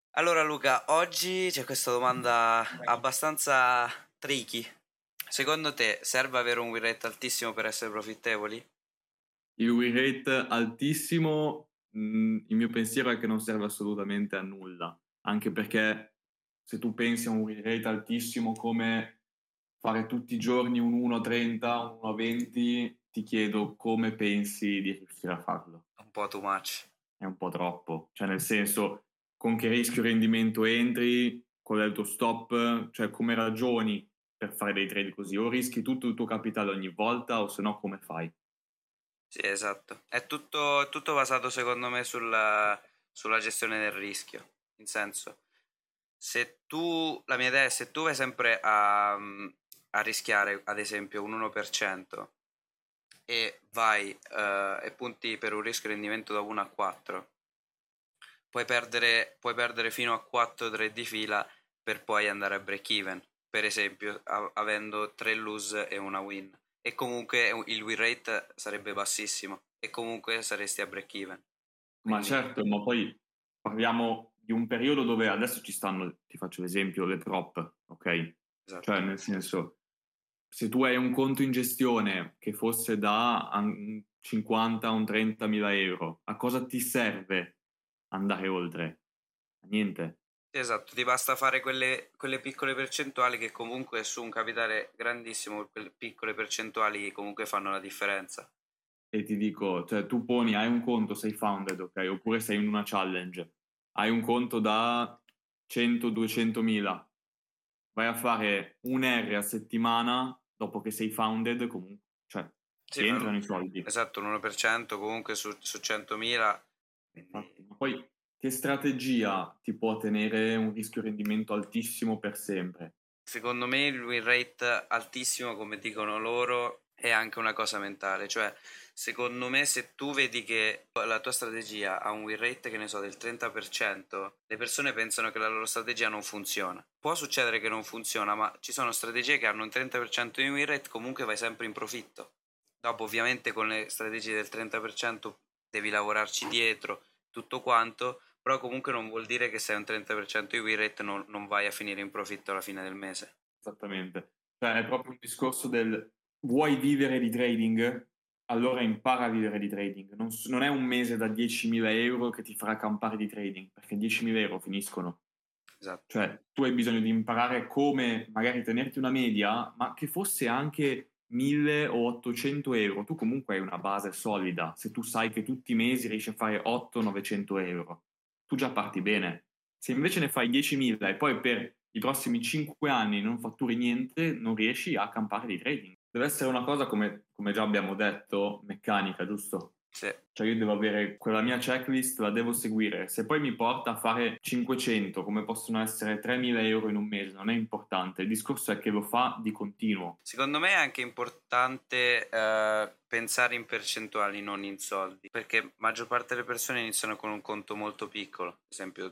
Allora Luca, oggi c'è questa domanda abbastanza tricky. Secondo te serve avere un win rate altissimo per essere profittevoli? Il win rate altissimo, il mio pensiero è che non serve assolutamente a nulla, anche perché se tu pensi a un win rate altissimo come fare tutti i giorni un 1,30, un 1,20, ti chiedo come pensi di riuscire a farlo. Un po' too much. È un po' troppo, cioè nel senso, con che rischio rendimento entri, qual è il tuo stop, cioè come ragioni per fare dei trade così, o rischi tutto il tuo capitale ogni volta o se no come fai? Sì, esatto. È tutto basato secondo me sulla gestione del rischio. In senso, la mia idea è se tu vai sempre a rischiare, ad esempio, un 1% e vai e punti per un rischio rendimento da 1 a 4, puoi perdere fino a 4 trade di fila per poi andare a break even, per esempio avendo 3 lose e una win, e comunque il win rate sarebbe bassissimo e comunque saresti a break even, Ma quindi certo, ma poi parliamo di un periodo dove adesso ci stanno, ti faccio l'esempio, le prop, ok? Cioè, esatto. nel senso, se tu hai un conto in gestione che fosse da un 50 a un 30 mila euro, a cosa ti serve andare oltre? A niente. Esatto, ti basta fare quelle piccole percentuali che comunque su un capitale grandissimo, quelle piccole percentuali che comunque fanno la differenza. E ti dico, cioè tu poni, hai un conto, sei founded, ok? Oppure sei in una challenge, hai un conto da 100-200 mila, vai a fare un R a settimana dopo che sei founded, comunque, cioè Sì, ti entrano i soldi. esatto, l'1% comunque su 100.000, Infatti, quindi ma poi che strategia ti può tenere un rischio rendimento altissimo per sempre? secondo me il win rate altissimo, come dicono loro, è anche una cosa mentale, cioè secondo me se tu vedi che la tua strategia ha un win rate che ne so del 30%, le persone pensano che la loro strategia non funziona. Può succedere che non funziona, ma ci sono strategie che hanno un 30% di win rate, comunque vai sempre in profitto. Dopo ovviamente con le strategie del 30% devi lavorarci dietro, tutto quanto, però comunque non vuol dire che se hai un 30% di win rate non vai a finire in profitto alla fine del mese. Esattamente. Cioè è proprio un discorso del vuoi vivere di trading? Allora impara a vivere di trading. Non è un mese da 10.000 euro che ti farà campare di trading, perché 10.000 euro finiscono. Esatto. Cioè, tu hai bisogno di imparare come magari tenerti una media, ma che fosse anche 1.000 o 800 euro. Tu comunque hai una base solida. Se tu sai che tutti i mesi riesci a fare 800-900 euro, tu già parti bene. Se invece ne fai 10.000 e poi per i prossimi 5 anni non fatturi niente, non riesci a campare di trading. Deve essere una cosa, come già abbiamo detto, meccanica, giusto? Sì. Cioè io devo avere quella mia checklist, la devo seguire. Se poi mi porta a fare 500, come possono essere 3.000 euro in un mese, non è importante. Il discorso è che lo fa di continuo. Secondo me è anche importante pensare in percentuali, non in soldi, perché maggior parte delle persone iniziano con un conto molto piccolo, ad esempio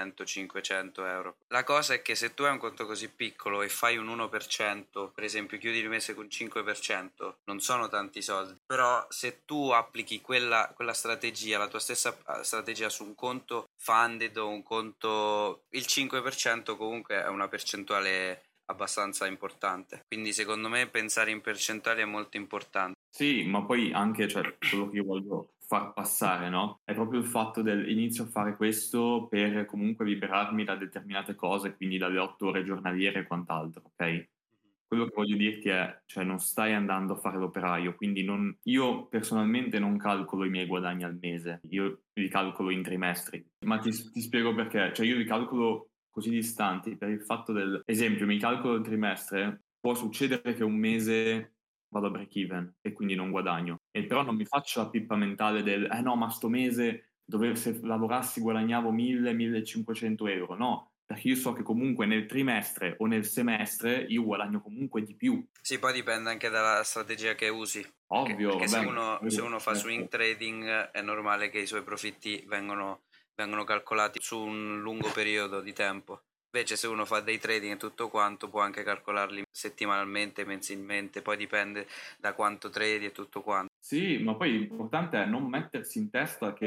200-500 euro. La cosa è che se tu hai un conto così piccolo e fai un 1%, per esempio chiudi il mese con 5%, non sono tanti soldi, però se tu applichi quella strategia, la tua stessa strategia su un conto funded o un conto, il 5% comunque è una percentuale abbastanza importante. Quindi secondo me pensare in percentuali è molto importante. Sì, ma poi anche, cioè, quello che io voglio far passare, no? È proprio il fatto del inizio a fare questo per comunque liberarmi da determinate cose, quindi dalle 8 ore giornaliere e quant'altro, ok? Quello che voglio dirti è, cioè, non stai andando a fare l'operaio, quindi io personalmente non calcolo i miei guadagni al mese, io li calcolo in trimestri, ma ti spiego perché, cioè io li calcolo così distanti per il fatto del, esempio, mi calcolo il trimestre, può succedere che un mese vado a break even e quindi non guadagno, e però non mi faccio la pippa mentale del, no, ma sto mese dove se lavorassi guadagnavo 1.000-1.500 euro, no, perché io so che comunque nel trimestre o nel semestre io guadagno comunque di più. Sì, poi dipende anche dalla strategia che usi, perché, Ovvio, perché se vabbè, uno, se uno fa swing certo. trading è normale che i suoi profitti vengono calcolati su un lungo periodo di tempo. Invece se uno fa day trading e tutto quanto può anche calcolarli settimanalmente, mensilmente, poi dipende da quanto tradi e tutto quanto. Sì, ma poi l'importante è non mettersi in testa che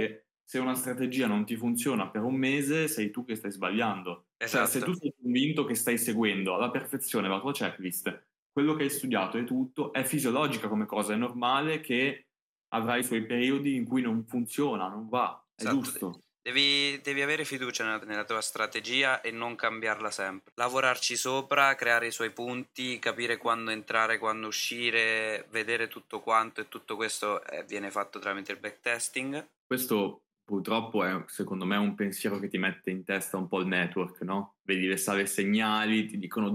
se una strategia non ti funziona per un mese, sei tu che stai sbagliando. Cioè, se Esatto. tu sei convinto che stai seguendo alla perfezione la tua checklist, quello che hai studiato è tutto, è fisiologica come cosa, è normale che avrai i suoi periodi in cui non funziona, non va, è Esatto, giusto. devi avere fiducia nella tua strategia e non cambiarla sempre. Lavorarci sopra, creare i suoi punti, capire quando entrare, quando uscire, vedere tutto quanto e tutto questo viene fatto tramite il backtesting. Questo purtroppo è, secondo me, un pensiero che ti mette in testa un po' il network, no? Vedi le sale segnali, ti dicono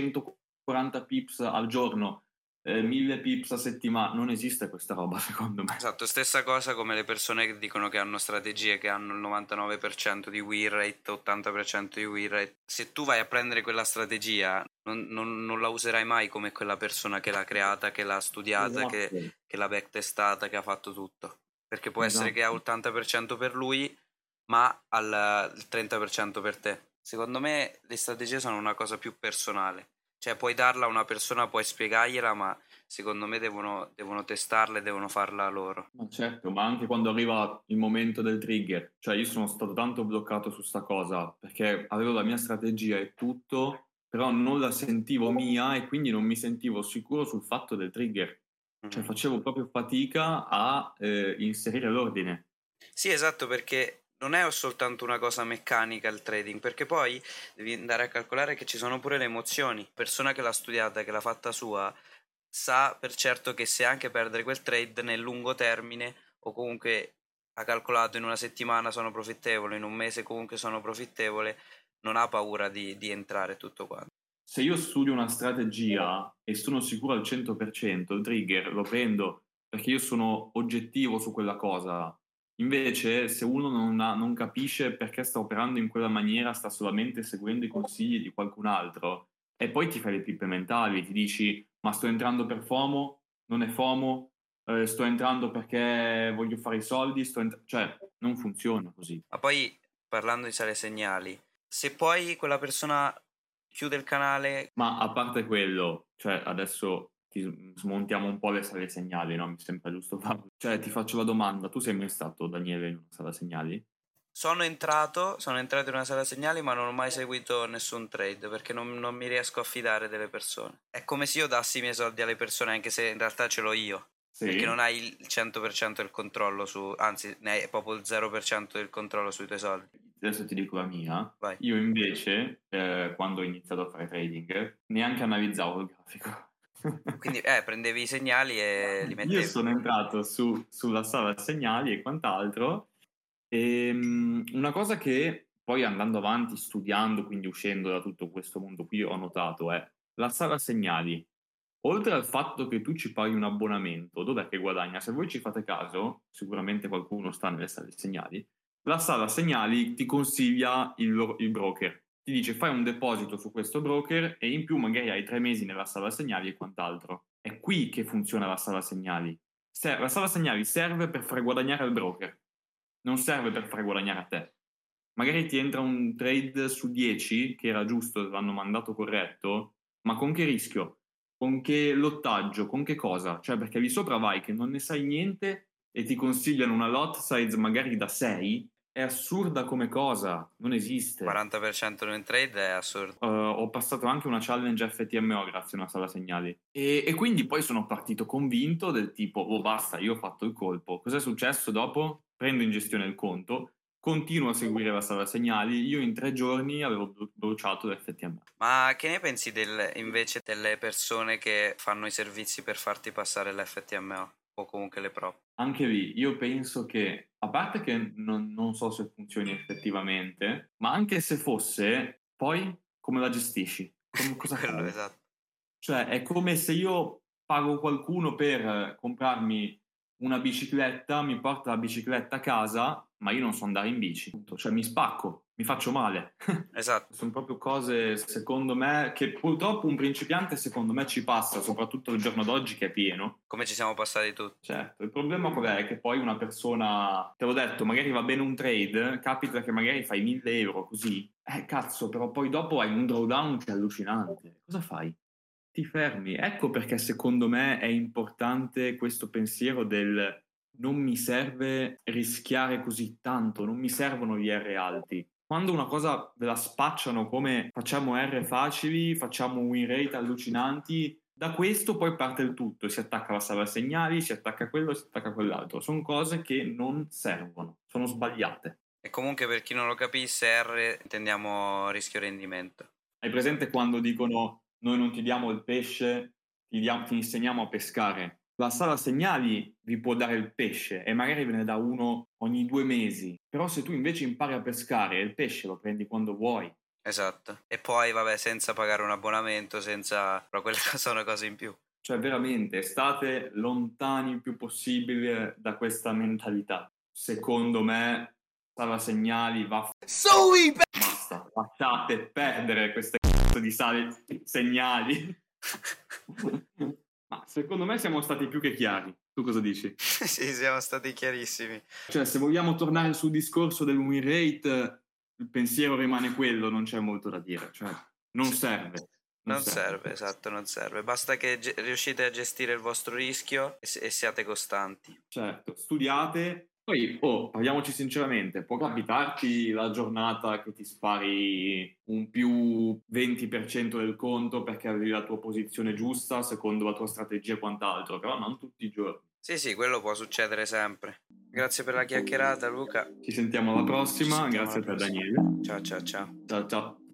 240 pips al giorno, 1000 pips a settimana. Non esiste questa roba, secondo me. Esatto, stessa cosa come le persone che dicono che hanno strategie che hanno il 99% di win rate, 80% di win rate. Se tu vai a prendere quella strategia, non la userai mai come quella persona che l'ha creata, che l'ha studiata, Esatto, che l'ha backtestata, che ha fatto tutto. Perché può essere che ha esatto. l'80% per lui, ma ha il 30% per te. Secondo me le strategie sono una cosa più personale. Cioè puoi darla a una persona, puoi spiegargliela, ma secondo me devono testarla e devono farla loro. Ma certo, ma anche quando arriva il momento del trigger, cioè io sono stato tanto bloccato su sta cosa perché avevo la mia strategia e tutto, però non la sentivo mia e quindi non mi sentivo sicuro sul fatto del trigger, cioè Mhm. facevo proprio fatica a inserire l'ordine. Sì, esatto, perché non è soltanto una cosa meccanica il trading, perché poi devi andare a calcolare che ci sono pure le emozioni. Persona che l'ha studiata, che l'ha fatta sua, sa per certo che se anche perdere quel trade nel lungo termine o comunque ha calcolato in una settimana sono profittevole, in un mese comunque sono profittevole, non ha paura di entrare tutto quanto. Se io studio una strategia e sono sicuro al 100%, il trigger lo prendo perché io sono oggettivo su quella cosa. Invece, se uno non capisce perché sta operando in quella maniera, sta solamente seguendo i consigli di qualcun altro, e poi ti fai le pippe mentali, ti dici: ma sto entrando per FOMO? Non è FOMO? Sto entrando perché voglio fare i soldi? Cioè, non funziona così. Ma poi parlando di sale segnali, se poi quella persona chiude il canale. Ma a parte quello, cioè adesso smontiamo un po' le sale segnali, no? Mi sembra giusto farlo. Cioè ti faccio la domanda, tu sei mai stato, Daniele, in una sala segnali? Sono entrato in una sala segnali, ma non ho mai seguito nessun trade perché non mi riesco a fidare delle persone. È come se io dassi i miei soldi alle persone, anche se in realtà ce l'ho io. Perché non Sì? hai il 100% del controllo su, anzi, ne hai proprio il 0% del controllo sui tuoi soldi. Adesso ti dico la mia. Vai. Io invece, quando ho iniziato a fare trading, neanche analizzavo il grafico. Quindi, prendevi i segnali e li Io mettevi. sono entrato sulla sala segnali e quant'altro. E, una cosa che poi andando avanti, studiando, quindi uscendo da tutto questo mondo qui, ho notato è la sala segnali. Oltre al fatto che tu ci paghi un abbonamento, dov'è che guadagna? Se voi ci fate caso, sicuramente qualcuno sta nelle sale segnali, la sala segnali ti consiglia il broker. Ti dice fai un deposito su questo broker e in più magari hai 3 mesi nella sala segnali e quant'altro. È qui che funziona la sala segnali. La sala segnali serve per far guadagnare al broker, non serve per far guadagnare a te. Magari ti entra un trade su 10 che era giusto, l'hanno mandato corretto, ma con che rischio? Con che lottaggio? Con che cosa? Cioè, perché lì sopra vai che non ne sai niente e ti consigliano una lot size magari da 6, è assurda come cosa, non esiste. 40% in un trade è assurdo. Ho passato anche una challenge FTMO grazie a una sala segnali. E quindi poi sono partito convinto del tipo, oh basta, io ho fatto il colpo. Cos'è successo dopo? Prendo in gestione il conto, continuo a seguire la sala segnali, io in 3 giorni avevo bruciato l'FTMO. Ma che ne pensi invece delle persone che fanno i servizi per farti passare l'FTMO o comunque le prove? Anche lì, io penso che, a parte che non so se funzioni effettivamente, ma anche se fosse, poi come la gestisci? Cosa Quello fai? esatto. Cioè, è come se io pago qualcuno per comprarmi una bicicletta, mi porta la bicicletta a casa, ma io non so andare in bici. Cioè, mi spacco, mi faccio male. Esatto. Sono proprio cose, secondo me, che purtroppo un principiante, secondo me, ci passa, soprattutto il giorno d'oggi che è pieno. Come ci siamo passati tutti. Certo, il problema qual è? Che poi una persona, te l'ho detto, magari va bene un trade, capita che magari fai 1.000 euro così, cazzo, però poi dopo hai un drawdown che è allucinante. Cosa fai? Ti fermi. Ecco perché secondo me è importante questo pensiero del non mi serve rischiare così tanto, non mi servono gli R alti. Quando una cosa ve la spacciano come facciamo R facili, facciamo win rate allucinanti, da questo poi parte il tutto, si attacca la sala segnali, si attacca quello, si attacca quell'altro. Sono cose che non servono, sono sbagliate. E comunque per chi non lo capisse, R intendiamo rischio rendimento. Hai presente quando dicono noi non ti diamo il pesce, ti insegniamo a pescare? La sala segnali vi può dare il pesce e magari ve ne dà uno ogni 2 mesi, però se tu invece impari a pescare il pesce lo prendi quando vuoi. Esatto. E poi vabbè, senza pagare un abbonamento, senza... però quelle sono cose in più. Cioè veramente state lontani il più possibile da questa mentalità. Secondo me sala segnali va basta, lasciate perdere queste cazzo di sale segnali. Ma secondo me siamo stati più che chiari. Tu cosa dici? Sì, siamo stati chiarissimi. Cioè, se vogliamo tornare sul discorso del win rate, il pensiero rimane quello, non c'è molto da dire. Cioè, non serve. Non serve, esatto, non serve. Basta che riuscite a gestire il vostro rischio e siate costanti. Certo, studiate. Poi, parliamoci sinceramente, può capitarti la giornata che ti spari un più 20% del conto perché avevi la tua posizione giusta secondo la tua strategia e quant'altro, però non tutti i giorni. Sì, quello può succedere sempre. Grazie per la chiacchierata, Luca. Ci sentiamo alla prossima, grazie a te Daniele. Ciao. Ciao.